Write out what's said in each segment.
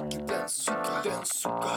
Дикий дэнс, сука, дэнс, сука.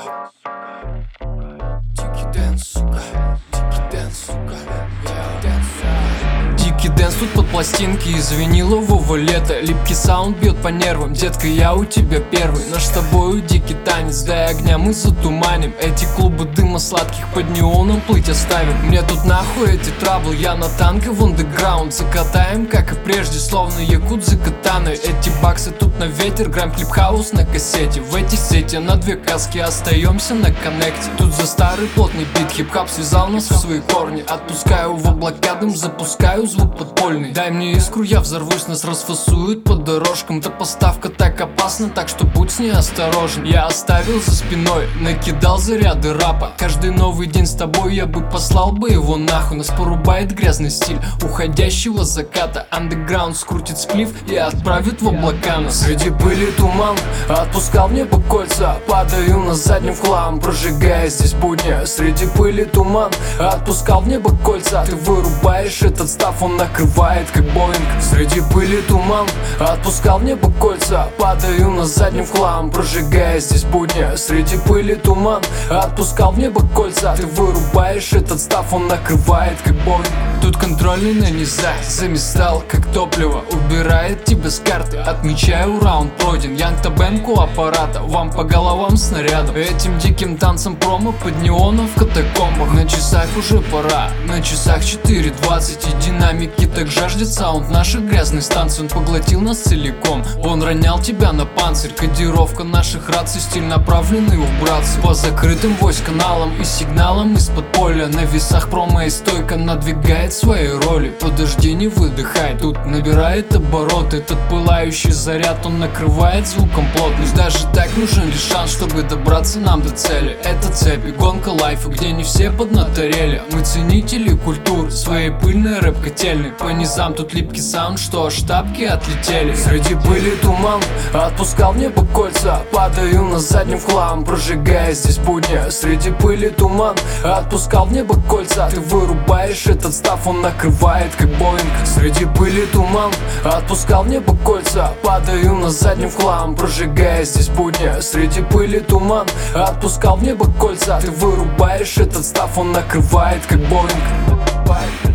Дикий дэнс, сука. Дикий дэнс, сука. Дэнс, сука. Дикий дэнс тут под пластинки из винилового лета. Липкий саунд бьет по нервам. Детка, я у тебя первый. Наш с тобою дикий танец. Дай огня, мы затуманим. Эти клубы дыма сладких под неоном плыть оставим. Мне тут нахуй эти траблы. Я на танке в андеграунд. Закатаем, как и прежде, словно якудзы катаны. Эти баксы тут на ветер. Грамм клип-хаус на кассете. В эти сети на две каски остаемся на коннекте. Тут за старый плотный бит хип-хап связал нас в свои корни. Отпускаю в облака дым, запускаю звук подпольный. Дай мне искру, я взорвусь, нас расфасуют по дорожкам. Эта поставка так опасна, так что будь с ней осторожен. Я оставил за спиной, накидал заряды рапа. Каждый новый день с тобой я бы послал бы его нахуй. Нас порубает грязный стиль уходящего заката. Андеграунд скрутит сплив и отправит в облака нас. Среди пыли туман, отпускал в небо кольца. Падаю на заднем в хлам, прожигая здесь будни. Среди пыли туман, отпускал в небо кольца. Ты вырубаешь этот став, он накрывает как Боинг. Среди пыли туман, отпускал в небо кольца. Падаю на заднем в хлам, прожигая здесь будни. Среди пыли туман, отпускал в небо кольца. Ты вырубаешь этот став, он накрывает как Боинг. Тут контрольный на низах, заместал как топливо. Убирает тебя с карты, отмечаю раунд пройден. Янг Табенку аппарата, вам по головам снарядом. Этим диким танцем промо под неоном в катакомбах. На часах уже пора, на часах 4:20. И динамики так жаждет саунд наших грязных станций. Он поглотил нас целиком, он ронял тебя на панцирь. Кодировка наших раций, стиль направленный убраться. По закрытым войс-каналам и сигналам из-под поля. На весах промо и стойка надвигает свои роли. Подожди, не выдыхай, тут набирает обороты. Этот пылающий заряд, он накрывает звуком плотность. Даже так нужен лишь шанс, чтобы добраться нам до цели. Это цепь и гонка лайфа, где не все поднаторели. Мы ценители культуры, своей пыльной рэп-котельной. По низам тут липкий саунд, что аж тапки отлетели. Среди пыли туман, отпускал в небо кольца. Падаю на заднем в хлам, прожигая здесь будни. Среди пыли туман, отпускал в небо кольца. Ты вырубаешь этот став, он накрывает как Боинг. Среди пыли туман, отпускал в небо кольца. Падаю на заднем в хлам, прожигая здесь будни. Среди пыли туман, отпускал в небо кольца. Ты вырубаешь этот став, он накрывает как Боинг.